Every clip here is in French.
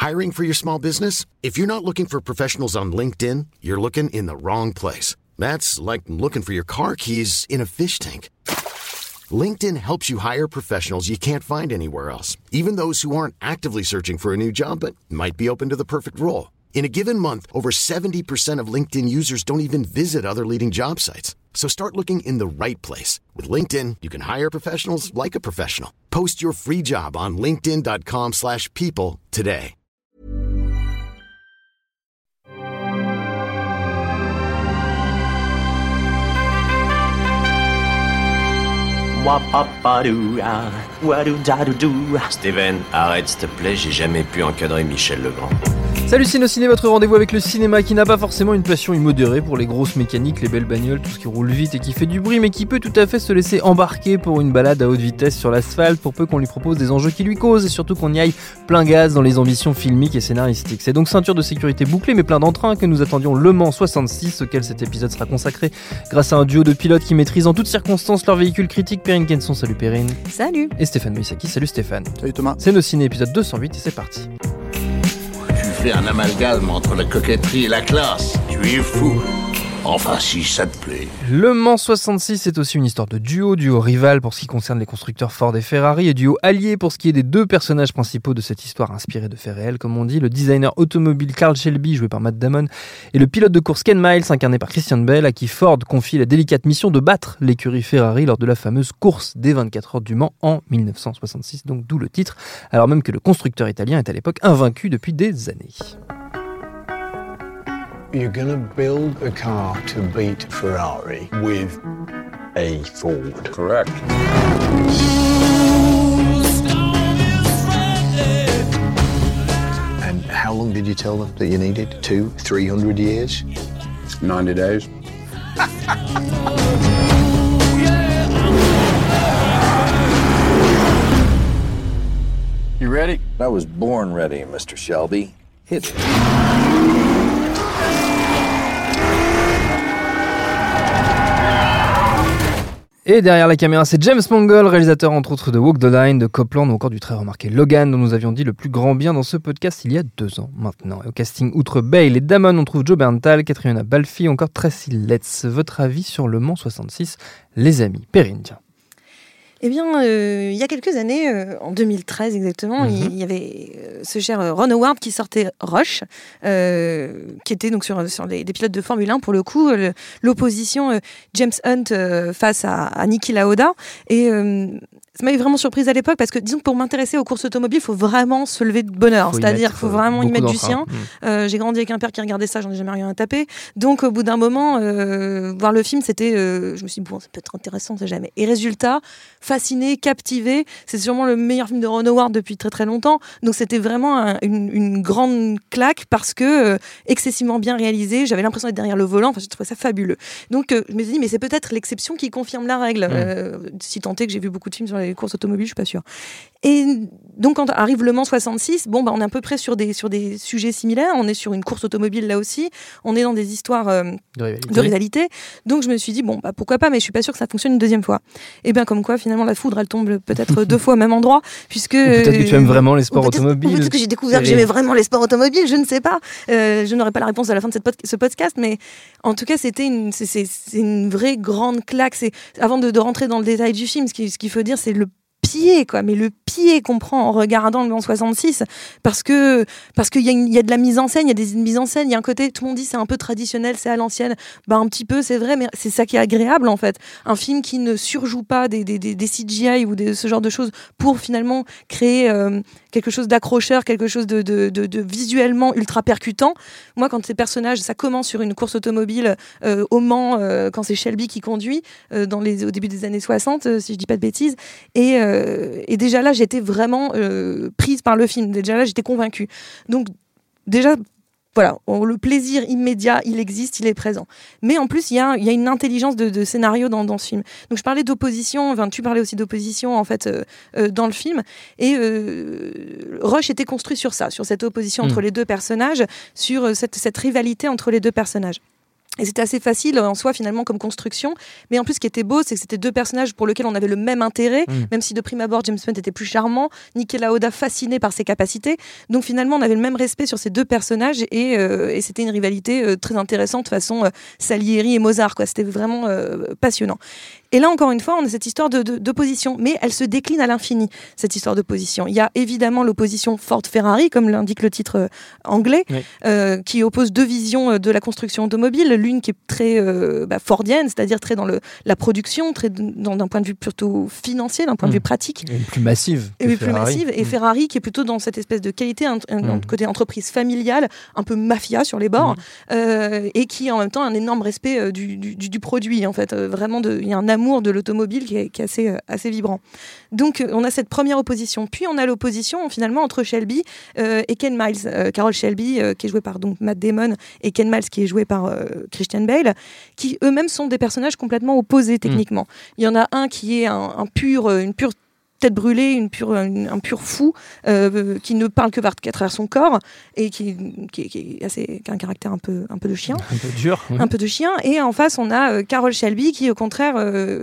Hiring for your small business? If you're not looking for professionals on LinkedIn, you're looking in the wrong place. That's like looking for your car keys in a fish tank. LinkedIn helps you hire professionals you can't find anywhere else, even those who aren't actively searching for a new job but might be open to the perfect role. In a given month, over 70% of LinkedIn users don't even visit other leading job sites. So start looking in the right place. With LinkedIn, you can hire professionals like a professional. Post your free job on linkedin.com/people today. Steven, arrête s'il te plaît, j'ai jamais pu encadrer Michel Legrand. Salut Ciné, votre rendez-vous avec le cinéma qui n'a pas forcément une passion immodérée pour les grosses mécaniques, les belles bagnoles, tout ce qui roule vite et qui fait du bruit, mais qui peut tout à fait se laisser embarquer pour une balade à haute vitesse sur l'asphalte pour peu qu'on lui propose des enjeux qui lui causent et surtout qu'on y aille plein gaz dans les ambitions filmiques et scénaristiques. C'est donc ceinture de sécurité bouclée mais plein d'entrain que nous attendions Le Mans 66, auquel cet épisode sera consacré grâce à un duo de pilotes qui maîtrisent en toutes circonstances leur véhicule critique. Perrine Kenson, salut Perrine. Salut. Et Stéphane Moïsaki, salut Stéphane. Salut Thomas. C'est Nos Ciné, épisode 208 et c'est parti. Tu fais un amalgame entre la coquetterie et la classe. Tu es fou. Enfin, si ça te plaît. Le Mans 66, c'est aussi une histoire de duo rival pour ce qui concerne les constructeurs Ford et Ferrari, et duo allié pour ce qui est des deux personnages principaux de cette histoire inspirée de faits réels, comme on dit, le designer automobile Carl Shelby, joué par Matt Damon, et le pilote de course Ken Miles, incarné par Christian Bale, à qui Ford confie la délicate mission de battre l'écurie Ferrari lors de la fameuse course des 24 heures du Mans en 1966, donc d'où le titre, alors même que le constructeur italien est à l'époque invaincu depuis des années. You're gonna build a car to beat Ferrari with a Ford. Correct. And how long did you tell them that you needed? 200, 300 years? 90 days. You ready? I was born ready, Mr. Shelby. Hit it. Et derrière la caméra, c'est James Mangold, réalisateur entre autres de Walk the Line, de Copland ou encore du très remarqué Logan, dont nous avions dit le plus grand bien dans ce podcast il y a 2 ans maintenant. Et au casting, outre Bale et Damon, on trouve Joe Bernthal, Catriona Balfe, encore Tracy Letts. Votre avis sur Le Mans 66, les amis? Perrine, tiens. Eh bien, il y a quelques années, en 2013 exactement, il y avait ce cher Ron Howard qui sortait Rush, qui était donc sur des pilotes de Formule 1, pour le coup, l'opposition James Hunt face à Niki Lauda. Et ça m'avait vraiment surprise à l'époque parce que, disons que pour m'intéresser aux courses automobiles, il faut vraiment se lever de bonne heure. C'est-à-dire qu'il faut vraiment y mettre du sien. J'ai grandi avec un père qui regardait ça, j'en ai jamais rien à taper. Donc, au bout d'un moment, voir le film, c'était... je me suis dit, bon, ça peut être intéressant, on sait jamais. Et résultat, fasciné, captivé. C'est sûrement le meilleur film de Ron Howard depuis très très longtemps. Donc, c'était vraiment une grande claque parce que excessivement bien réalisé. J'avais l'impression d'être derrière le volant. Enfin, je trouvais ça fabuleux. Donc, je me suis dit, mais c'est peut-être l'exception qui confirme la règle. Si tant est que j'ai vu beaucoup de films sur les courses automobiles, je suis pas sûre. Et donc quand arrive Le Mans 66, bon, on est à peu près sur des sujets similaires. On est sur une course automobile là aussi. On est dans des histoires de rivalité. Donc je me suis dit, bon, pourquoi pas, mais je suis pas sûre que ça fonctionne une deuxième fois. Et bien comme quoi, finalement, la foudre, elle tombe peut-être 2 fois au même endroit, puisque... Peut-être que tu aimes vraiment les sports automobiles. Peut-être que j'ai découvert que j'aimais vraiment les sports automobiles, je ne sais pas. Je n'aurai pas la réponse à la fin de ce podcast, mais en tout cas, c'est une vraie grande claque. Avant de rentrer dans le détail du film, ce qu'il faut dire, c'est le pied, quoi, mais le pied qu'on prend en regardant Le Mans 66, parce que il y a de la mise en scène, il y a des mises en scène, il y a un côté, tout le monde dit c'est un peu traditionnel, c'est à l'ancienne, un petit peu, c'est vrai, mais c'est ça qui est agréable en fait. Un film qui ne surjoue pas des CGI ou ce genre de choses pour finalement créer quelque chose d'accrocheur, quelque chose de visuellement ultra percutant. Moi, quand ces personnages, ça commence sur une course automobile au Mans, quand c'est Shelby qui conduit, au début des années 60, si je dis pas de bêtises, et déjà là, j'étais vraiment prise par le film. Déjà là, j'étais convaincue. Donc, déjà, voilà, le plaisir immédiat, il existe, il est présent. Mais en plus, il y a une intelligence de scénario dans ce film. Donc, je parlais d'opposition, tu parlais aussi d'opposition, en fait, dans le film. Et Rush était construit sur ça, sur cette opposition entre les deux personnages, sur cette rivalité entre les deux personnages. Et c'était assez facile en soi finalement comme construction, mais en plus ce qui était beau c'est que c'était deux personnages pour lesquels on avait le même intérêt, même si de prime abord James Bond était plus charmant, Niki Lauda fasciné par ses capacités, donc finalement on avait le même respect sur ces deux personnages et c'était une rivalité très intéressante façon Salieri et Mozart, quoi. C'était vraiment passionnant. Et là, encore une fois, on a cette histoire d'opposition, mais elle se décline à l'infini, cette histoire d'opposition. Il y a évidemment l'opposition Ford-Ferrari, comme l'indique le titre anglais, qui oppose deux visions de la construction automobile. L'une qui est très fordienne, c'est-à-dire très dans la production, très d'un point de vue plutôt financier, d'un point de vue pratique. Et plus massive. Et Ferrari qui est plutôt dans cette espèce de qualité, un côté entreprise familiale, un peu mafia sur les bords, et qui en même temps a un énorme respect du produit, en fait. Vraiment, il y a un amour de l'automobile qui est assez vibrant. Donc on a cette première opposition, puis on a l'opposition finalement entre Shelby et Ken Miles, Carroll Shelby qui est joué par donc Matt Damon et Ken Miles qui est joué par Christian Bale, qui eux-mêmes sont des personnages complètement opposés techniquement. Il y en a un qui est une pure tête brûlée, un pur fou qui ne parle que qu'à travers son corps et qui a un caractère un peu de chien, un peu dur, un peu de chien. Et en face on a Carroll Shelby qui au contraire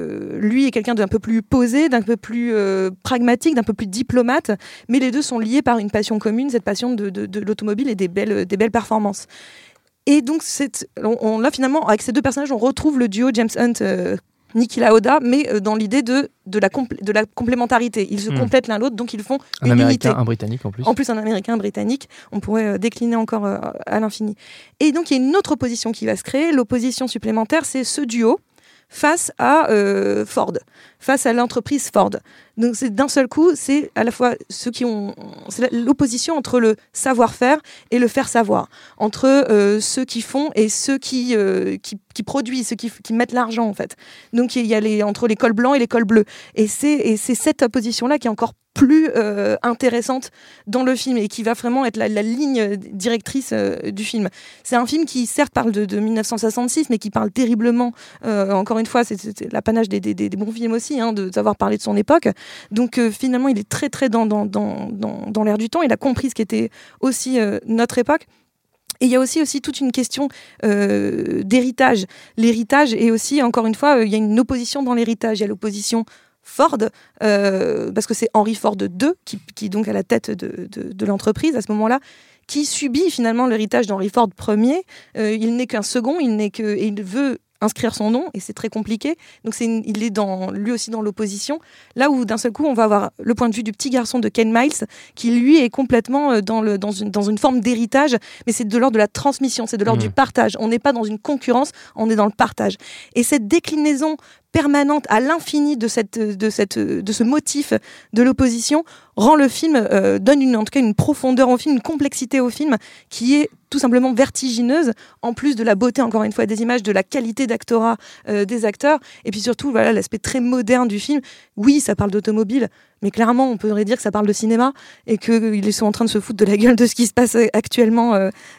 lui est quelqu'un d'un peu plus posé, d'un peu plus pragmatique, d'un peu plus diplomate, mais les deux sont liés par une passion commune, cette passion de l'automobile et des belles performances. Et donc là finalement avec ces deux personnages on retrouve le duo James Hunt Niki Lauda, mais dans l'idée de la complémentarité. Ils se complètent l'un l'autre, donc ils font une unité. Un Britannique en plus. En plus, un Américain, un Britannique. On pourrait décliner encore à l'infini. Et donc, il y a une autre opposition qui va se créer. L'opposition supplémentaire, c'est ce duo face à Ford, face à l'entreprise Ford. Donc c'est d'un seul coup, c'est à la fois c'est l'opposition entre le savoir-faire et le faire savoir, entre ceux qui font et ceux qui produisent, ceux qui mettent l'argent en fait. Donc il y a entre les cols blancs et les cols bleus. Et c'est cette opposition-là qui est encore plus intéressante dans le film et qui va vraiment être la ligne directrice du film. C'est un film qui certes parle de 1966 mais qui parle terriblement, encore une fois c'est l'apanage des bons films aussi, de savoir parler de son époque. Donc finalement il est très très dans l'air du temps. Il a compris ce qu'était aussi notre époque. Et il y a aussi toute une question d'héritage. L'héritage est aussi, encore une fois, il y a une opposition dans l'héritage. Il y a l'opposition Ford, parce que c'est Henry Ford II qui est donc à la tête de l'entreprise à ce moment-là, qui subit finalement l'héritage d'Henry Ford Ier. Il n'est qu'un second, et il veut inscrire son nom, et c'est très compliqué. Donc il est lui aussi dans l'opposition. Là où d'un seul coup, on va avoir le point de vue du petit garçon de Ken Miles, qui lui est complètement dans une forme d'héritage, mais c'est de l'ordre de la transmission, c'est de l'ordre du partage. On n'est pas dans une concurrence, on est dans le partage. Et cette déclinaison permanente à l'infini de ce motif de l'opposition rend le film, donne en tout cas une profondeur au film, une complexité au film qui est tout simplement vertigineuse, en plus de la beauté, encore une fois, des images, de la qualité d'actorat des acteurs, et puis surtout l'aspect très moderne du film. Oui, ça parle d'automobile, mais clairement on pourrait dire que ça parle de cinéma et qu'ils sont en train de se foutre de la gueule de ce qui se passe actuellement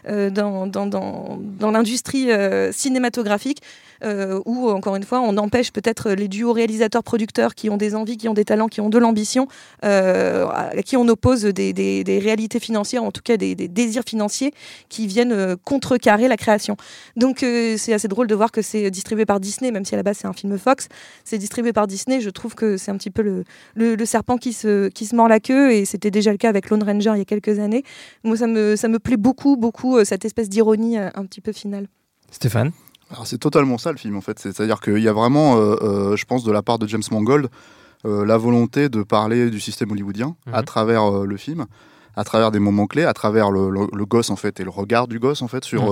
dans l'industrie cinématatographie, où encore une fois on empêche peut-être les duos réalisateurs-producteurs qui ont des envies, qui ont des talents, qui ont de l'ambition, à qui on oppose des réalités financières, en tout cas des désirs financiers qui viennent contrecarrer la création. Donc c'est assez drôle de voir que c'est distribué par Disney, même si à la base c'est un film Fox, c'est distribué par Disney. Je trouve que c'est un petit peu le serpent qui se mord la queue, et c'était déjà le cas avec Lone Ranger il y a quelques années. Moi ça me plaît beaucoup cette espèce d'ironie un petit peu finale. Stéphane? Alors c'est totalement ça le film en fait, c'est-à-dire qu'il y a vraiment, je pense de la part de James Mangold, la volonté de parler du système hollywoodien à travers le film, à travers des moments clés, à travers le gosse en fait et le regard du gosse en fait sur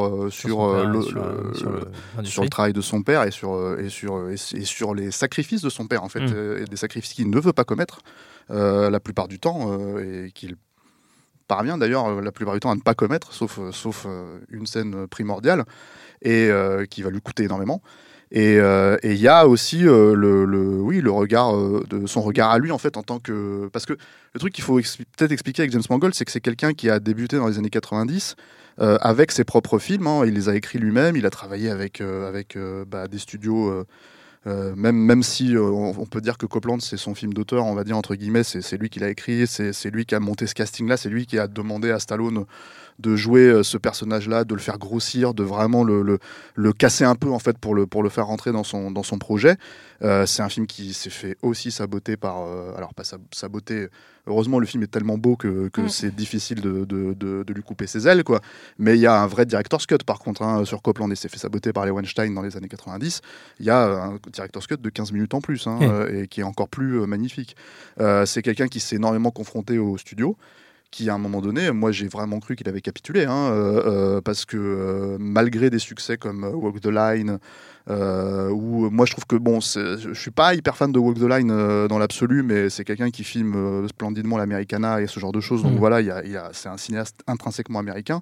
le travail de son père et sur les sacrifices de son père en fait, et des sacrifices qu'il ne veut pas commettre la plupart du temps, et qu'il parvient d'ailleurs la plupart du temps à ne pas commettre, sauf une scène primordiale, et qui va lui coûter énormément. Et il y a aussi le regard de son regard à lui en fait, en tant que, parce que le truc qu'il faut peut-être expliquer avec James Mangold, c'est que c'est quelqu'un qui a débuté dans les années 90 avec ses propres films, il les a écrits lui-même, il a travaillé avec des studios, même si on peut dire que Copland c'est son film d'auteur, on va dire entre guillemets, c'est lui qui l'a écrit, c'est lui qui a monté ce casting là, c'est lui qui a demandé à Stallone de jouer ce personnage-là, de le faire grossir, de vraiment le casser un peu en fait pour le faire rentrer dans son projet. C'est un film qui s'est fait aussi saboter par, alors pas saboter. Heureusement, le film est tellement beau que c'est difficile de lui couper ses ailes, quoi. Mais il y a un vrai director's cut, par contre, hein, sur Copland, et s'est fait saboter par les Weinstein dans les années 90. Il y a un director's cut de 15 minutes en plus, hein, et qui est encore plus magnifique. C'est quelqu'un qui s'est énormément confronté au studio, qui à un moment donné, moi j'ai vraiment cru qu'il avait capitulé, hein, parce que malgré des succès comme Walk the Line, où moi je trouve que bon, je suis pas hyper fan de Walk the Line dans l'absolu, mais c'est quelqu'un qui filme splendidement l'Americana et ce genre de choses, donc voilà, c'est un cinéaste intrinsèquement américain.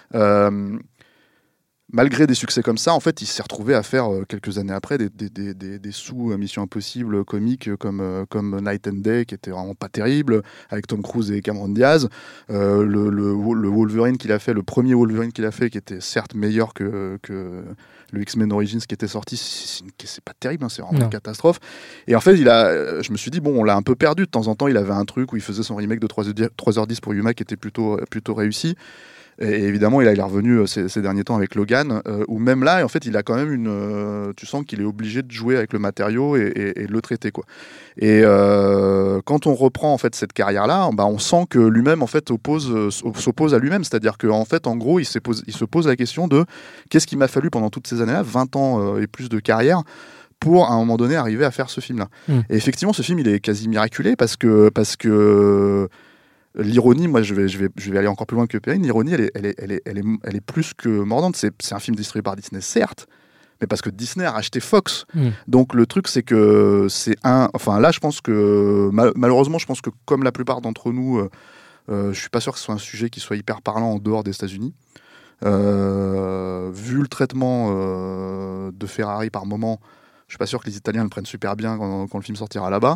Malgré des succès comme ça, en fait, il s'est retrouvé à faire quelques années après des sous-Mission Impossible comiques comme Night and Day, qui était vraiment pas terrible, avec Tom Cruise et Cameron Diaz. Le Wolverine qu'il a fait, le premier Wolverine qu'il a fait, qui était certes meilleur que le X-Men Origins qui était sorti, c'est pas terrible, hein, c'est vraiment une catastrophe. Et en fait, je me suis dit, bon, on l'a un peu perdu. De temps en temps, il avait un truc où il faisait son remake de 3h10 pour Yuma qui était plutôt réussi. Et évidemment, il est revenu ces derniers temps avec Logan, où même là, en fait, il a quand même tu sens qu'il est obligé de jouer avec le matériau et de le traiter, quoi. Et quand on reprend en fait cette carrière-là, bah, on sent que lui-même en fait s'oppose à lui-même, c'est-à-dire qu'en fait, en gros, il se pose la question de qu'est-ce qu'il m'a fallu pendant toutes ces années-là, 20 ans et plus de carrière, pour à un moment donné arriver à faire ce film-là. Et effectivement, ce film, il est quasi miraculé parce que l'ironie, moi je vais aller encore plus loin que Perrine, l'ironie elle est plus que mordante. C'est un film distribué par Disney, certes, mais parce que Disney a racheté Fox. Donc le truc c'est que enfin là je pense que malheureusement je pense que comme la plupart d'entre nous, je suis pas sûr que ce soit un sujet qui soit hyper parlant en dehors des États-Unis. Vu le traitement de Ferrari par moment, je suis pas sûr que les Italiens le prennent super bien quand le film sortira là-bas.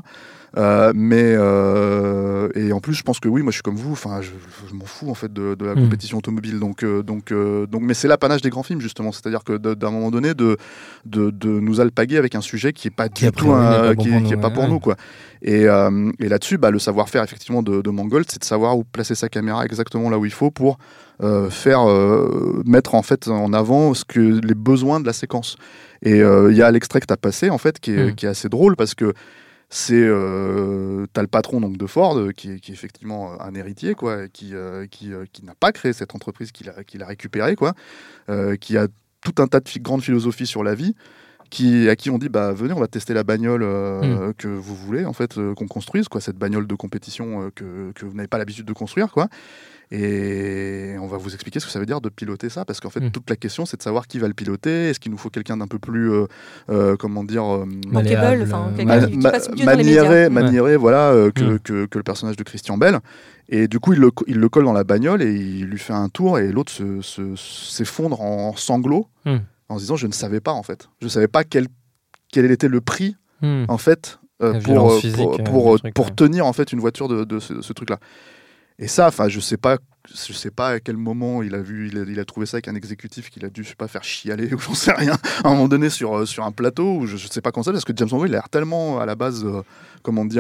Et en plus, je pense que oui, moi je suis comme vous. Enfin, je m'en fous en fait de la compétition automobile. Donc, mais c'est l'apanage des grands films justement. C'est-à-dire que d'un moment donné, de nous alpaguer avec un sujet qui est pas du tout qui est pas pour nous, quoi. Et là-dessus, bah, le savoir-faire effectivement de Mangold, c'est de savoir où placer sa caméra exactement là où il faut pour mettre en fait en avant les besoins de la séquence. Et il y a l'extrait que tu as passé en fait qui est assez drôle parce que c'est t'as le patron donc de Ford qui est effectivement un héritier, quoi, qui n'a pas créé cette entreprise, qu'il a récupérée, quoi, qui a tout un tas de grandes philosophies sur la vie, à qui on dit bah venez, on va tester la bagnole que vous voulez en fait qu'on construise, quoi, cette bagnole de compétition que vous n'avez pas l'habitude de construire, quoi. Et on va vous expliquer ce que ça veut dire de piloter ça, parce qu'en fait toute la question c'est de savoir qui va le piloter. Est-ce qu'il nous faut quelqu'un d'un peu plus comment dire bankable, enfin quelqu'un qui passe mieux dans les médias, maniéré, voilà, que le personnage de Christian Bale. Et du coup il le colle dans la bagnole et il lui fait un tour et l'autre s'effondre en sanglots en se disant je ne savais pas en fait, je savais pas quel était le prix en fait pour tenir en fait une voiture de ce truc là. Et ça, enfin, je sais pas à quel moment il a trouvé ça avec un exécutif qu'il a dû, je sais pas, faire chialer ou j'en sais rien, à un moment donné sur un plateau, ou je sais pas comment ça, parce que James Mangold, il a l'air tellement à la base, comment dire,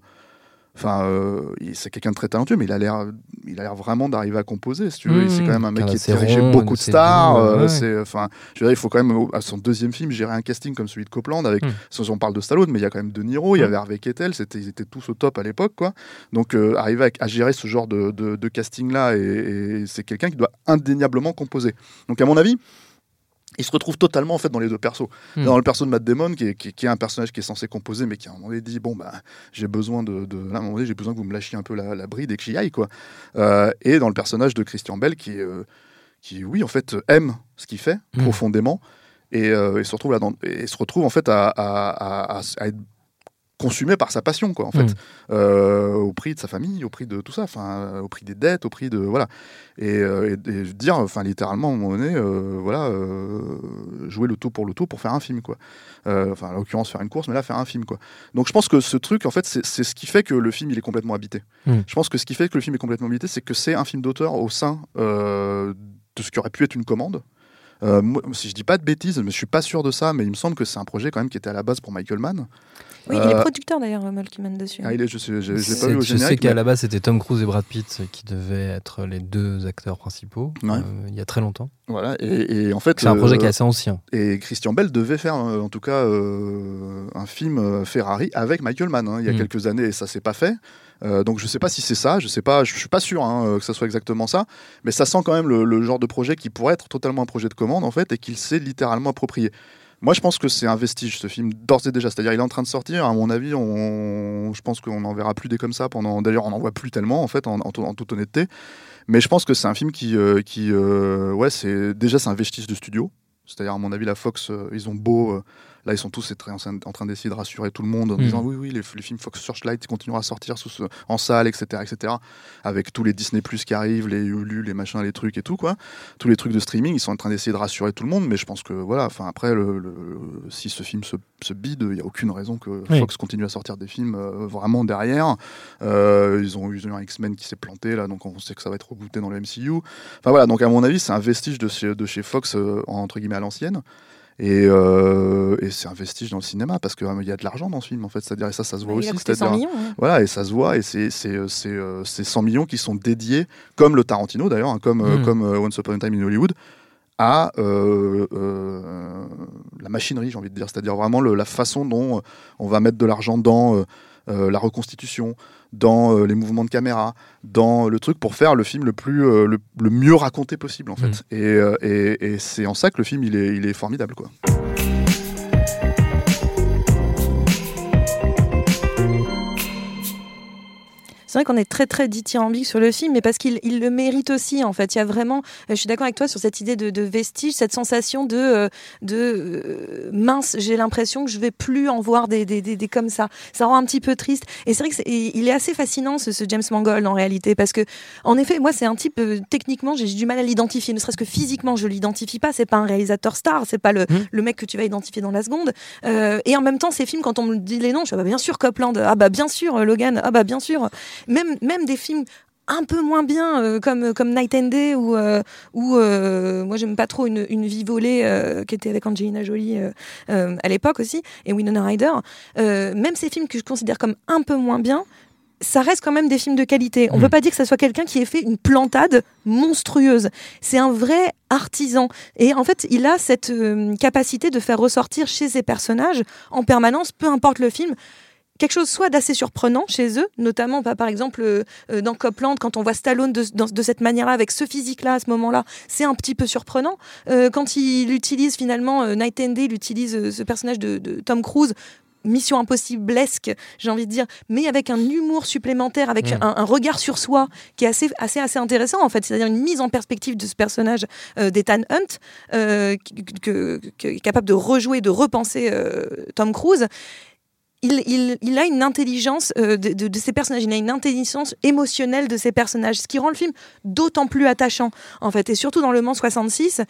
c'est quelqu'un de très talentueux, mais il a l'air vraiment d'arriver à composer, si tu veux. C'est quand même un mec qui a dirigé beaucoup de stars. Je veux dire, il faut quand même, à son deuxième film, gérer un casting comme celui de Copland, avec, on parle de Stallone, mais il y a quand même De Niro, il y avait Harvey Keitel, ils étaient tous au top à l'époque, quoi. Donc, arriver à gérer ce genre de casting-là, et c'est quelqu'un qui doit indéniablement composer. Donc, à mon avis, il se retrouve totalement en fait dans les deux persos. Dans le perso de Matt Damon, qui est un personnage qui est censé composer, mais qui à un moment donné dit bon bah j'ai besoin là, à un moment donné, j'ai besoin que vous me lâchiez un peu la bride et que j'y aille, quoi. Et dans le personnage de Christian Bale qui oui en fait aime ce qu'il fait profondément et se retrouve en fait à être consumé par sa passion, quoi, en fait, au prix de sa famille, au prix de tout ça, enfin, au prix des dettes, au prix de voilà, et dire, enfin, littéralement à un moment donné, jouer le tout pour faire un film, quoi. Enfin, en l'occurrence faire une course, mais là faire un film, quoi. Donc je pense que ce truc, en fait, c'est ce qui fait que le film il est complètement habité. Je pense que ce qui fait que le film est complètement habité, c'est que c'est un film d'auteur au sein de ce qui aurait pu être une commande. Moi, si je dis pas de bêtises, mais je suis pas sûr de ça, mais il me semble que c'est un projet quand même qui était à la base pour Michael Mann. Oui, il est producteur d'ailleurs, Malky Mann dessus. Ah, je l'ai pas vu au générique. Je sais qu'à la base c'était Tom Cruise et Brad Pitt qui devaient être les 2 acteurs principaux il y a très longtemps. Voilà, et en fait... C'est un projet qui est assez ancien. Et Christian Bale devait faire en tout cas un film Ferrari avec Michael Mann il y a quelques années, et ça s'est pas fait. Donc je sais pas si c'est ça, je suis pas sûr que ça soit exactement ça, mais ça sent quand même le genre de projet qui pourrait être totalement un projet de commande en fait, et qu'il s'est littéralement approprié. Moi je pense que c'est un vestige ce film d'ores et déjà, c'est-à-dire il est en train de sortir, à mon avis je pense qu'on n'en verra plus des comme ça d'ailleurs on n'en voit plus tellement en fait en toute honnêteté, mais je pense que c'est un film qui c'est un vestige de studio, c'est-à-dire à mon avis la Fox ils ont beau... Là, ils sont tous en train d'essayer de rassurer tout le monde en disant oui, les films Fox Searchlight continueront à sortir en salle, etc., avec tous les Disney Plus qui arrivent, les Hulu, les machins, les trucs et tout, quoi. Tous les trucs de streaming, ils sont en train d'essayer de rassurer tout le monde, mais je pense que, voilà, après, si ce film se bide, il n'y a aucune raison que Fox continue à sortir des films vraiment derrière. Ils ont eu un X-Men qui s'est planté, là, donc on sait que ça va être rebooté dans le MCU. Enfin, voilà, donc à mon avis, c'est un vestige de chez Fox, entre guillemets, à l'ancienne. Et c'est un vestige dans le cinéma parce qu'il y a de l'argent dans ce film en fait, c'est-à-dire, et ça se voit aussi, c'est-à-dire 100 millions, voilà, et ça se voit, et c'est 100 millions qui sont dédiés, comme le Tarantino d'ailleurs, comme Once Upon a Time in Hollywood, à la machinerie, j'ai envie de dire, c'est-à-dire vraiment la façon dont on va mettre de l'argent dans la reconstitution, dans les mouvements de caméra, dans le truc pour faire le film le mieux raconté possible en fait. Et c'est en ça que le film il est formidable, quoi. C'est vrai qu'on est très très dithyrambique sur le film, mais parce qu'il le mérite aussi en fait. Il y a vraiment, je suis d'accord avec toi sur cette idée de vestige, cette sensation de mince, j'ai l'impression que je vais plus en voir des comme ça. Ça rend un petit peu triste. Et c'est vrai qu'il est assez fascinant ce James Mangold en réalité, parce que en effet, moi c'est un type techniquement j'ai du mal à l'identifier, ne serait-ce que physiquement je l'identifie pas. C'est pas un réalisateur star, c'est pas le mec que tu vas identifier dans la seconde. Et en même temps, ces films, quand on me dit les noms, je dis bien sûr Copland, bien sûr Logan, bien sûr. Même des films un peu moins bien comme Night and Day ou moi j'aime pas trop une vie volée qui était avec Angelina Jolie à l'époque aussi, et Winona Ryder, même ces films que je considère comme un peu moins bien, ça reste quand même des films de qualité. On peut pas dire que ça soit quelqu'un qui ait fait une plantade monstrueuse. C'est un vrai artisan. Et en fait, il a cette capacité de faire ressortir chez ses personnages en permanence, peu importe le film, quelque chose soit d'assez surprenant chez eux, notamment par exemple dans Copland, quand on voit Stallone de cette manière-là, avec ce physique-là à ce moment-là, c'est un petit peu surprenant. Quand il utilise finalement Night and Day, il utilise ce personnage de Tom Cruise, Mission Impossible-esque, j'ai envie de dire, mais avec un humour supplémentaire, avec un regard sur soi qui est assez intéressant en fait, c'est-à-dire une mise en perspective de ce personnage d'Ethan Hunt, qui est capable de rejouer, de repenser Tom Cruise. Il a une intelligence de ses personnages, il a une intelligence émotionnelle de ses personnages, ce qui rend le film d'autant plus attachant, en fait. Et surtout dans Le Mans 66,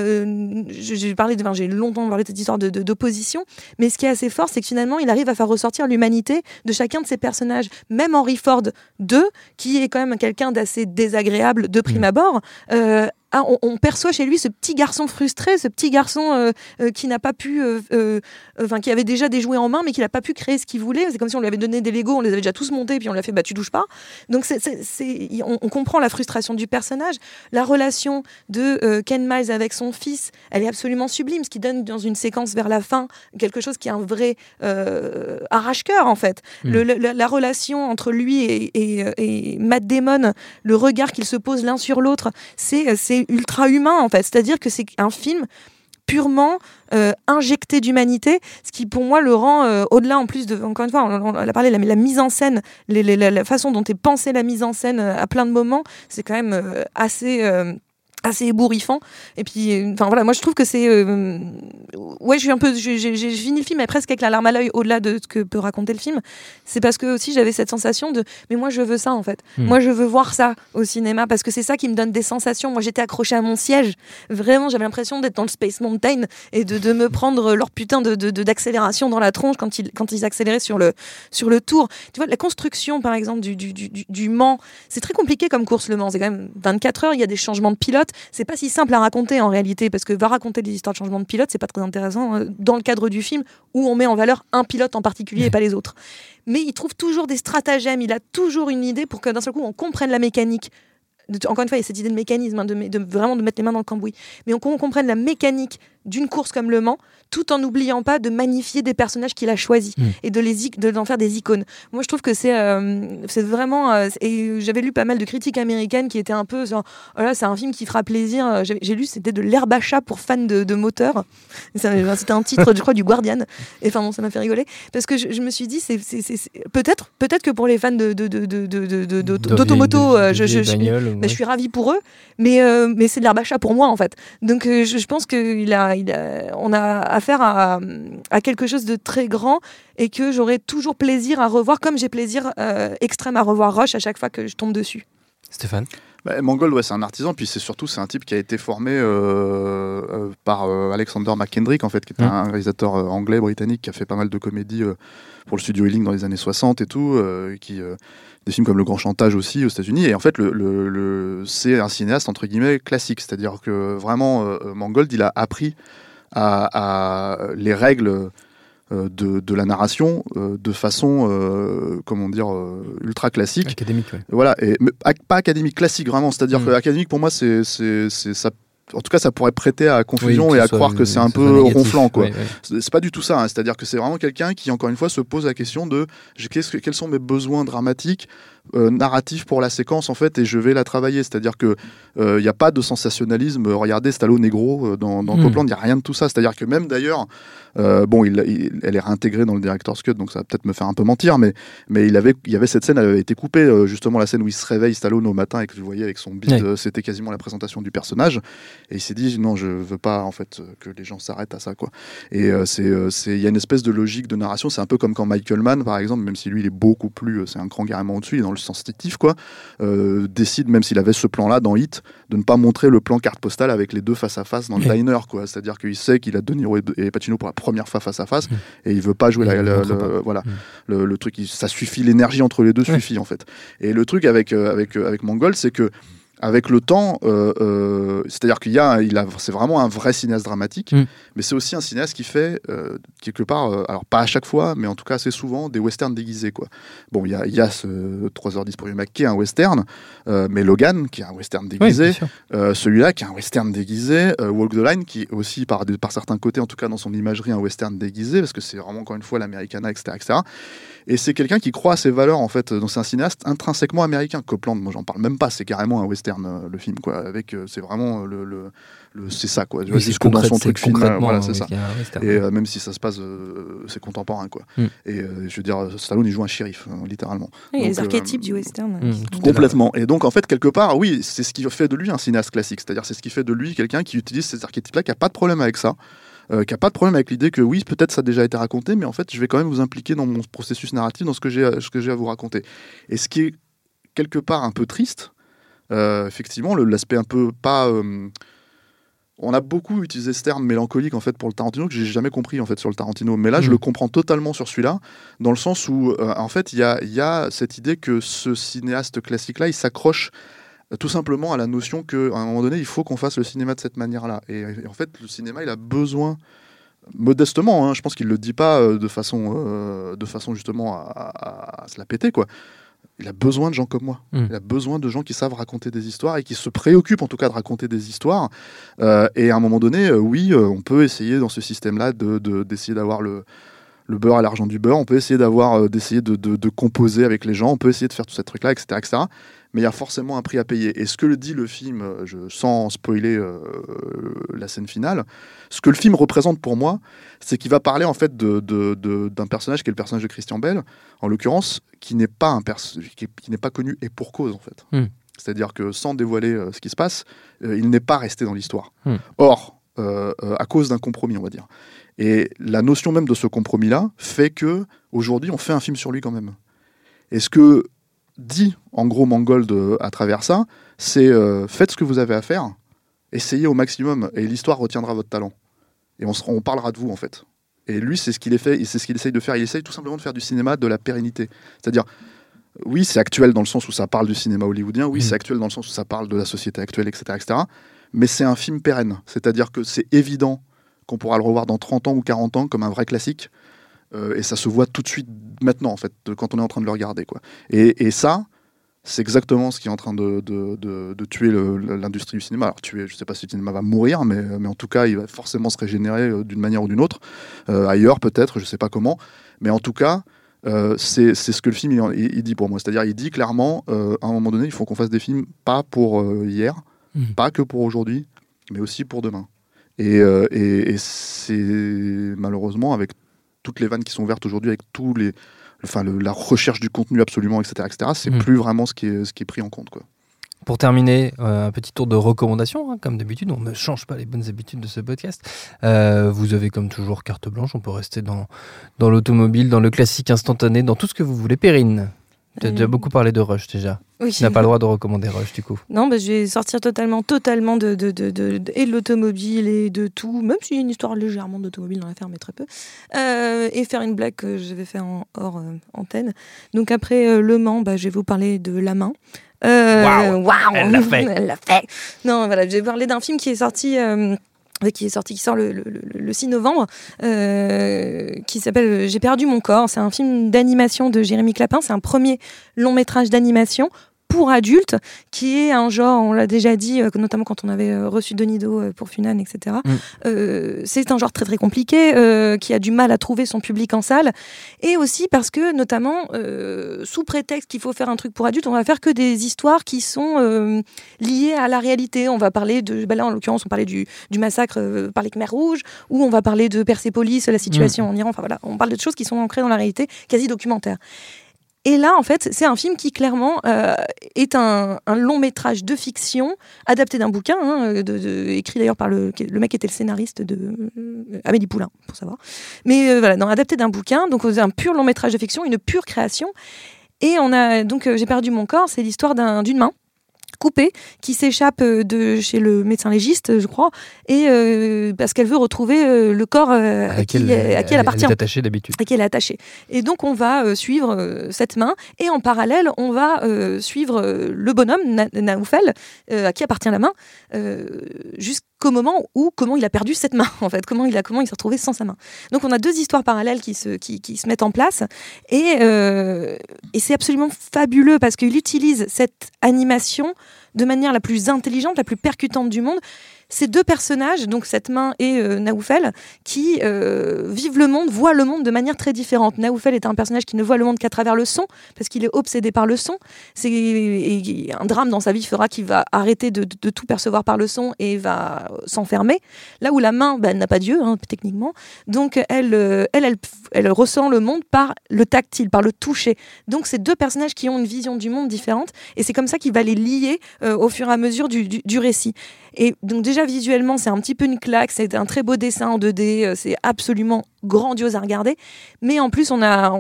j'ai longtemps parlé de cette histoire d'opposition, mais ce qui est assez fort, c'est que finalement, il arrive à faire ressortir l'humanité de chacun de ses personnages. Même Henry Ford 2, qui est quand même quelqu'un d'assez désagréable de prime abord, on perçoit chez lui ce petit garçon frustré, ce petit garçon qui n'a pas pu, qui avait déjà des jouets en main, mais qui n'a pas pu créer ce qu'il voulait. C'est comme si on lui avait donné des Lego, on les avait déjà tous montés, puis on lui a fait tu touches pas. Donc on comprend la frustration du personnage. La relation de Ken Miles avec son fils, elle est absolument sublime, ce qui donne dans une séquence vers la fin quelque chose qui est un vrai arrache-cœur en fait. La relation entre lui et Matt Damon, le regard qu'ils se posent l'un sur l'autre, c'est ultra humain en fait, c'est-à-dire que c'est un film purement injecté d'humanité, ce qui pour moi le rend au-delà, en plus de, encore une fois on a parlé, la mise en scène, la façon dont est pensée la mise en scène à plein de moments, c'est quand même assez ébouriffant. Et puis voilà, moi je trouve que c'est j'ai fini le film presque avec la larme à l'œil, au-delà de ce que peut raconter le film. C'est parce que aussi j'avais cette sensation de mais moi je veux ça en fait. Moi je veux voir ça au cinéma, parce que c'est ça qui me donne des sensations. Moi j'étais accrochée à mon siège, vraiment j'avais l'impression d'être dans le Space Mountain et de me prendre leur putain d'accélération dans la tronche quand ils accéléraient sur le tour. Tu vois, la construction par exemple du Mans, c'est très compliqué comme course, le Mans, c'est quand même 24 heures, il y a des changements de pilote. pilote, c'est pas si simple à raconter en réalité, parce que va raconter des histoires de changement de pilote, c'est pas très intéressant dans le cadre du film où on met en valeur un pilote en particulier et pas les autres. Mais il trouve toujours des stratagèmes, il a toujours une idée pour que d'un seul coup on comprenne la mécanique. Encore une fois, il y a cette idée de mécanisme, vraiment de mettre les mains dans le cambouis. Mais on comprenne la mécanique d'une course comme Le Mans, tout en n'oubliant pas de magnifier des personnages qu'il a choisis et d'en faire des icônes. Moi, je trouve que c'est vraiment... et j'avais lu pas mal de critiques américaines qui étaient un peu genre, oh là, c'est un film qui fera plaisir. J'ai lu, c'était de l'herbe à chat pour fans de moteurs. C'était un titre, je crois, du Guardian. Et enfin, bon, ça m'a fait rigoler. Parce que je me suis dit, c'est peut-être que pour les fans d'automoto, je suis ravie pour eux, mais c'est de l'herbe à chat pour moi, en fait. Donc, je pense qu'on a affaire à quelque chose de très grand et que j'aurai toujours plaisir à revoir, comme j'ai plaisir extrême à revoir Rush à chaque fois que je tombe dessus. Stéphane ? Mangold, c'est un artisan, puis c'est un type qui a été formé par Alexander McKendrick, en fait, qui est un réalisateur anglais, britannique, qui a fait pas mal de comédies pour le studio Ealing dans les années 60 et tout, des films comme Le Grand Chantage aussi aux États-Unis. Et en fait, c'est un cinéaste entre guillemets classique, c'est-à-dire que vraiment Mangold, il a appris à les règles de la narration de façon ultra classique, académique, ouais. Voilà, pas académique, classique vraiment, c'est-à-dire que académique pour moi c'est ça. En tout cas, ça pourrait prêter à confusion et à croire que c'est un peu ronflant, quoi. Ouais. C'est pas du tout ça, hein. C'est-à-dire que c'est vraiment quelqu'un qui, encore une fois, se pose la question de quels sont mes besoins dramatiques, narratifs pour la séquence, en fait, et je vais la travailler. C'est-à-dire que il n'y a pas de sensationnalisme. Regardez Stallone Negro dans Copland, il n'y a rien de tout ça. C'est-à-dire que même d'ailleurs, elle est réintégrée dans le Director's Cut, donc ça va peut-être me faire un peu mentir, mais il y avait cette scène, elle avait été coupée, justement la scène où il se réveille Stallone au matin et que vous voyez avec son bide, c'était quasiment la présentation du personnage. Et il s'est dit non, je veux pas en fait que les gens s'arrêtent à ça, quoi. Et il y a une espèce de logique de narration. C'est un peu comme quand Michael Mann, par exemple, même si lui il est beaucoup plus, c'est un cran carrément au-dessus, il est dans le sensitif, quoi. Décide, même s'il avait ce plan-là dans Hit, de ne pas montrer le plan carte postale avec les deux face à face dans le diner, quoi. C'est-à-dire qu'il sait qu'il a De Niro et Pacino pour la première fois face à face, et il veut pas jouer le truc. Ça suffit, l'énergie entre les deux suffit en fait. Et le truc avec Mangold, c'est que avec le temps, c'est-à-dire c'est vraiment un vrai cinéaste dramatique, mais c'est aussi un cinéaste qui fait quelque part, alors pas à chaque fois, mais en tout cas assez souvent, des westerns déguisés, quoi. Bon, il y a ce 3h10 pour Mac qui est un western, mais Logan qui est un western déguisé, celui-là qui est un western déguisé, Walk the Line qui est aussi par certains côtés, en tout cas dans son imagerie, un western déguisé, parce que c'est vraiment encore une fois l'Americana, etc. Et c'est quelqu'un qui croit à ses valeurs, en fait. Donc c'est un cinéaste intrinsèquement américain. Copland, moi j'en parle même pas, c'est carrément un western, le film, quoi. Avec, c'est vraiment c'est ça, quoi. Oui, jusque dans son truc film, voilà, c'est ça. Et ouais. même si ça se passe, c'est contemporain, quoi. Et je veux dire, Stallone il joue un shérif, littéralement. Oui, les archétypes du western. Complètement. Et donc en fait quelque part, oui, c'est ce qui fait de lui un cinéaste classique. C'est-à-dire c'est ce qui fait de lui quelqu'un qui utilise ces archétypes-là, qui a pas de problème avec ça. Qui n'a pas de problème avec l'idée que oui, peut-être ça a déjà été raconté, mais en fait, je vais quand même vous impliquer dans mon processus narratif, dans ce que j'ai à vous raconter. Et ce qui est quelque part un peu triste, effectivement, l'aspect un peu pas... on a beaucoup utilisé ce terme mélancolique en fait pour le Tarantino que j'ai jamais compris en fait sur le Tarantino, mais là je le comprends totalement sur celui-là, dans le sens où en fait il y a cette idée que ce cinéaste classique-là, il s'accroche tout simplement à la notion qu'à un moment donné, il faut qu'on fasse le cinéma de cette manière-là. Et en fait, le cinéma, il a besoin, modestement, hein, je pense qu'il ne le dit pas de façon justement à se la péter, quoi. Il a besoin de gens comme moi. Il a besoin de gens qui savent raconter des histoires et qui se préoccupent en tout cas de raconter des histoires. Et à un moment donné, on peut essayer dans ce système-là d'essayer d'avoir le beurre à l'argent du beurre. On peut essayer d'essayer de composer avec les gens. On peut essayer de faire tout ce truc-là, etc. Mais il y a forcément un prix à payer. Et ce que le dit le film, sans spoiler la scène finale, ce que le film représente pour moi, c'est qu'il va parler en fait d'un personnage qui est le personnage de Christian Bale, en l'occurrence, qui n'est pas connu et pour cause en fait. C'est-à-dire que sans dévoiler ce qui se passe, il n'est pas resté dans l'histoire. Or, à cause d'un compromis, on va dire. Et la notion même de ce compromis-là fait que aujourd'hui, on fait un film sur lui quand même. Et ce que dit en gros Mangold à travers ça, c'est faites ce que vous avez à faire, essayez au maximum et l'histoire retiendra votre talent et on parlera de vous en fait. Et lui c'est ce qu'il essaye de faire, il essaye tout simplement de faire du cinéma de la pérennité, c'est-à-dire oui c'est actuel dans le sens où ça parle du cinéma hollywoodien, oui c'est actuel dans le sens où ça parle de la société actuelle, etc. mais c'est un film pérenne. C'est-à-dire que c'est évident qu'on pourra le revoir dans 30 ans ou 40 ans comme un vrai classique. Et ça se voit tout de suite maintenant, en fait, quand on est en train de le regarder, quoi. Et ça, c'est exactement ce qui est en train de tuer l'industrie du cinéma. Alors tuer, je ne sais pas si le cinéma va mourir, mais en tout cas, il va forcément se régénérer d'une manière ou d'une autre. Ailleurs, peut-être, je ne sais pas comment. Mais en tout cas, c'est ce que le film il dit pour moi. C'est-à-dire, il dit clairement, à un moment donné, il faut qu'on fasse des films pas pour hier, pas que pour aujourd'hui, mais aussi pour demain. Et c'est malheureusement, avec toutes les vannes qui sont ouvertes aujourd'hui, avec la recherche du contenu absolument, etc., c'est plus vraiment ce qui est pris en compte, quoi. Pour terminer, un petit tour de recommandations, comme d'habitude, on ne change pas les bonnes habitudes de ce podcast. Vous avez comme toujours carte blanche, on peut rester dans l'automobile, dans le classique instantané, dans tout ce que vous voulez. Perrine, tu as déjà beaucoup parlé de Rush déjà. Oui. Tu n'as pas le droit de recommander Rush du coup. Non, je vais sortir totalement de l'automobile et de tout, même s'il y a une histoire légèrement d'automobile dans l'affaire, mais très peu, et faire une blague que je vais faire hors antenne. Donc après Le Mans, je vais vous parler de La Main. Waouh, elle l'a fait. Elle l'a fait. Non, voilà, je vais parler d'un film qui sort le 6 novembre, qui s'appelle J'ai perdu mon corps. C'est un film d'animation de Jérémy Clapin. C'est un premier long métrage d'animation pour adultes, qui est un genre, on l'a déjà dit, notamment quand on avait reçu Donido pour Funan, etc. C'est un genre très très compliqué, qui a du mal à trouver son public en salle, et aussi parce que, notamment, sous prétexte qu'il faut faire un truc pour adultes, on va faire que des histoires qui sont liées à la réalité. On va parler là en l'occurrence, on parlait du massacre par les Khmers rouges, ou on va parler de Persépolis, la situation en Iran. Enfin voilà, on parle de choses qui sont ancrées dans la réalité, quasi documentaire. Et là, en fait, c'est un film qui, clairement, est un long métrage de fiction, adapté d'un bouquin, écrit d'ailleurs par le mec qui était le scénariste de Amélie Poulain, pour savoir. Mais adapté d'un bouquin, donc c'est un pur long métrage de fiction, une pure création. Et on a donc J'ai perdu mon corps, c'est l'histoire d'une main coupée qui s'échappe de chez le médecin légiste, je crois, et parce qu'elle veut retrouver le corps à qui elle appartient. Elle est attachée d'habitude. À qui elle est attachée. Et donc on va suivre cette main, et en parallèle on va suivre le bonhomme Naoufel, à qui appartient la main, jusqu'au moment où comment il a perdu cette main, en fait, comment il s'est retrouvé sans sa main. Donc on a deux histoires parallèles qui se mettent en place, et c'est absolument fabuleux parce qu'il utilise cette animation de manière la plus intelligente, la plus percutante du monde. Ces deux personnages, donc cette main et Naoufel, qui vivent le monde, voient le monde de manière très différente. Naoufel est un personnage qui ne voit le monde qu'à travers le son, parce qu'il est obsédé par le son. Et un drame dans sa vie fera qu'il va arrêter de tout percevoir par le son et va s'enfermer. Là où la main, elle n'a pas d'yeux, techniquement. Donc elle ressent le monde par le tactile, par le toucher. Donc c'est deux personnages qui ont une vision du monde différente, et c'est comme ça qu'il va les lier au fur et à mesure du récit. Et donc déjà visuellement c'est un petit peu une claque, c'est un très beau dessin en 2D, c'est absolument grandiose à regarder, mais en plus on a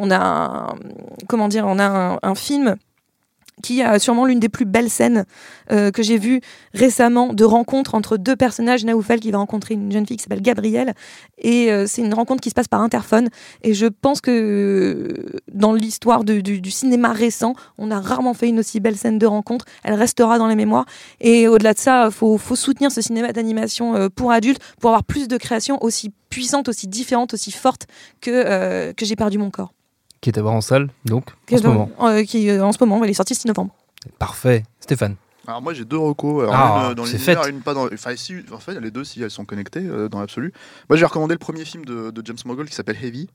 un film qui a sûrement l'une des plus belles scènes que j'ai vues récemment, de rencontre entre deux personnages. Naoufel qui va rencontrer une jeune fille qui s'appelle Gabrielle, et c'est une rencontre qui se passe par interphone, et je pense que dans l'histoire du cinéma récent, on a rarement fait une aussi belle scène de rencontre. Elle restera dans les mémoires, et au-delà de ça, faut soutenir ce cinéma d'animation pour adultes, pour avoir plus de créations aussi puissantes, aussi différentes, aussi fortes que J'ai perdu mon corps. Qui est à voir en salle, donc, en ce moment. En ce moment, elle est sortie le 6 novembre. Parfait. Stéphane. Alors moi j'ai deux recos, une dans l'univers, une pas dans... Enfin si, en fait les deux si elles sont connectées dans l'absolu. Moi j'ai recommandé le premier film de James Mangold qui s'appelle Heavy,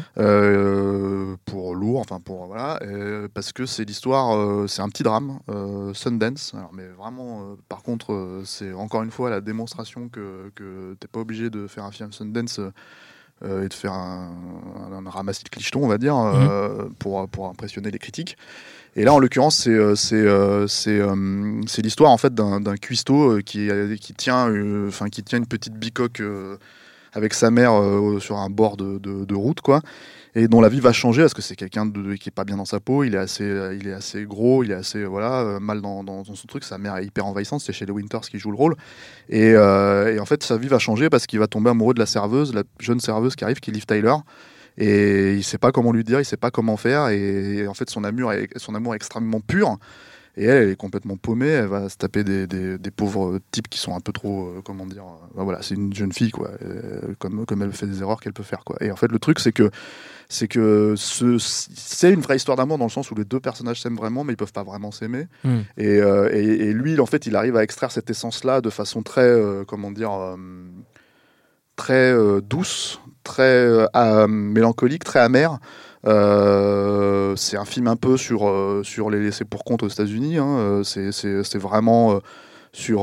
pour lourd, parce que c'est l'histoire, c'est un petit drame, Sundance, alors, mais vraiment par contre c'est encore une fois la démonstration que t'es pas obligé de faire un film Sundance et de faire un ramassis de clichetons, on va dire, pour impressionner les critiques. Et là, en l'occurrence, c'est l'histoire en fait d'un cuistot qui tient une petite bicoque avec sa mère sur un bord de route, quoi, et dont la vie va changer parce que c'est quelqu'un qui est pas bien dans sa peau. Il est assez gros, il est assez mal dans son truc. Sa mère est hyper envahissante. C'est Shelley Winters qui joue le rôle. Et en fait, sa vie va changer parce qu'il va tomber amoureux de la jeune serveuse qui arrive, qui est Liv Tyler. Et il sait pas comment lui dire, il sait pas comment faire, et en fait son amour est extrêmement pur, Et elle est complètement paumée, elle va se taper des pauvres types qui sont un peu trop, voilà, c'est une jeune fille, quoi, comme elle fait des erreurs qu'elle peut faire, quoi. Et en fait, le truc, c'est que c'est une vraie histoire d'amour dans le sens où les deux personnages s'aiment vraiment, mais ils peuvent pas vraiment s'aimer. Et lui, en fait, il arrive à extraire cette essence-là de façon très, très douce, très mélancolique, très amère. C'est un film un peu sur les laissés pour compte aux États-Unis. Hein. C'est vraiment sur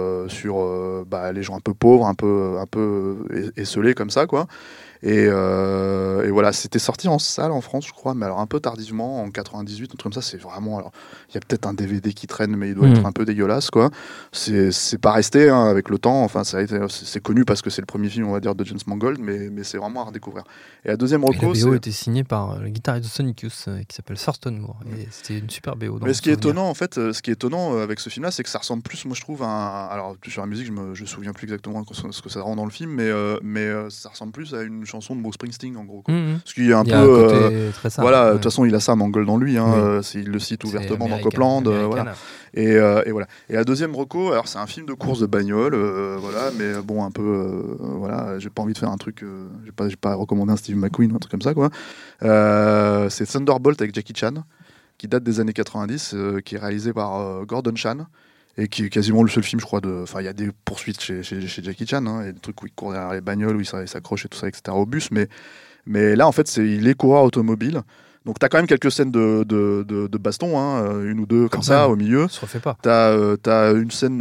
les gens un peu pauvres, un peu esselés comme ça, quoi. Et voilà, c'était sorti en salle en France, je crois, mais alors un peu tardivement, en 98, un truc comme ça. C'est vraiment, alors il y a peut-être un DVD qui traîne, mais il doit être un peu dégueulasse, quoi. C'est pas resté, hein, avec le temps. Enfin, c'est connu parce que c'est le premier film, on va dire, de James Mangold, mais c'est vraiment à redécouvrir. Et la deuxième reco, la BO était signée par le guitariste de Sonic Youth qui s'appelle Thurston Moore. Et c'était une super BO. Mais ce qui est étonnant, en fait, avec ce film-là, c'est que ça ressemble plus, moi je trouve, alors sur la musique, je me souviens plus exactement ce que ça rend dans le film, mais ça ressemble plus à une chanson de Bruce Springsteen, en gros, quoi. Ce qui est un peu voilà, de toute façon il a ça, Mangold, dans lui, hein. Il le cite ouvertement dans Copland, voilà. Et voilà. Et la deuxième reco, alors c'est un film de course de bagnole, voilà, mais bon, un peu voilà, j'ai pas envie de faire un truc, j'ai pas recommandé un Steve McQueen ou un truc comme ça, quoi. C'est Thunderbolt avec Jackie Chan, qui date des années 90, qui est réalisé par Gordon Chan, et qui est quasiment le seul film, je crois, enfin, il y a des poursuites chez Jackie Chan, hein, et des trucs où il court derrière les bagnoles, où il s'accroche et tout ça, etc., au bus, mais là, en fait, il est coureur automobile. Donc t'as quand même quelques scènes de baston, hein, une ou deux comme ça au milieu. Ça se refait pas. T'as une scène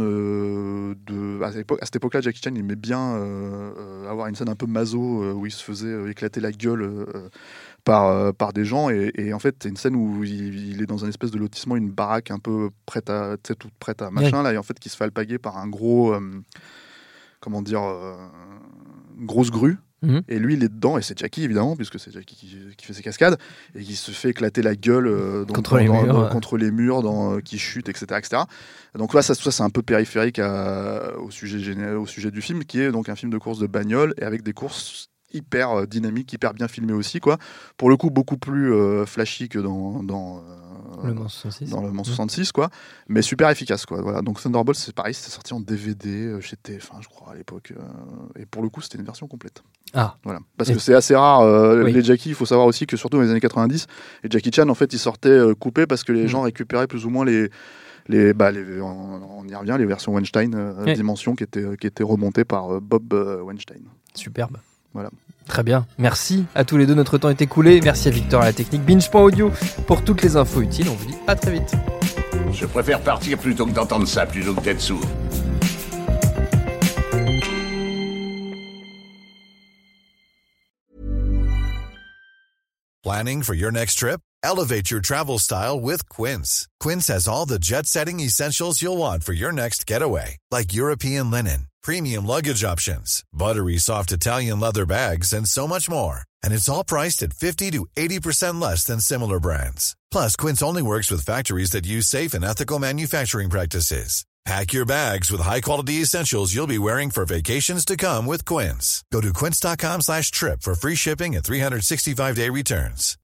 à cette époque-là, Jackie Chan il aimait bien avoir une scène un peu maso où il se faisait éclater la gueule par des gens, et en fait t'as une scène où il est dans un espèce de lotissement, une baraque un peu toute prête à machin, là, et en fait qui se fait alpaguer par un gros une grosse grue. Et lui il est dedans, et c'est Jackie évidemment, puisque c'est Jackie qui fait ses cascades, et qui se fait éclater la gueule contre les murs, qui chute, etc. Donc là, ça c'est un peu périphérique au sujet du film, qui est donc un film de course de bagnole, et avec des courses hyper dynamiques, hyper bien filmées aussi, quoi. Pour le coup, beaucoup plus flashy que dans Le Mans 66. Dans le Mans 66, quoi. Mais super efficace, quoi. Voilà. Donc Thunderbolt, c'est pareil, c'était sorti en DVD chez TF1, je crois, à l'époque. Et pour le coup, c'était une version complète. Ah. Voilà. Parce que c'est assez rare. Les Jackie, il faut savoir aussi que surtout dans les années 90, les Jackie Chan, en fait, ils sortaient coupés parce que les gens récupéraient plus ou moins on y revient, les versions Weinstein Dimension qui étaient remontées par Bob Weinstein. Superbe. Voilà. Très bien. Merci à tous les deux. Notre temps est écoulé. Merci à Victor à la technique. Binge.audio pour toutes les infos utiles. On vous dit à très vite. Je préfère partir plutôt que d'entendre ça, plutôt que d'être sourd. Planning for your next trip? Elevate your travel style with Quince. Quince has all the jet-setting essentials you'll want for your next getaway, like European linen, premium luggage options, buttery soft Italian leather bags, and so much more. And it's all priced at 50 to 80% less than similar brands. Plus, Quince only works with factories that use safe and ethical manufacturing practices. Pack your bags with high-quality essentials you'll be wearing for vacations to come with Quince. Go to quince.com/trip for free shipping and 365-day returns.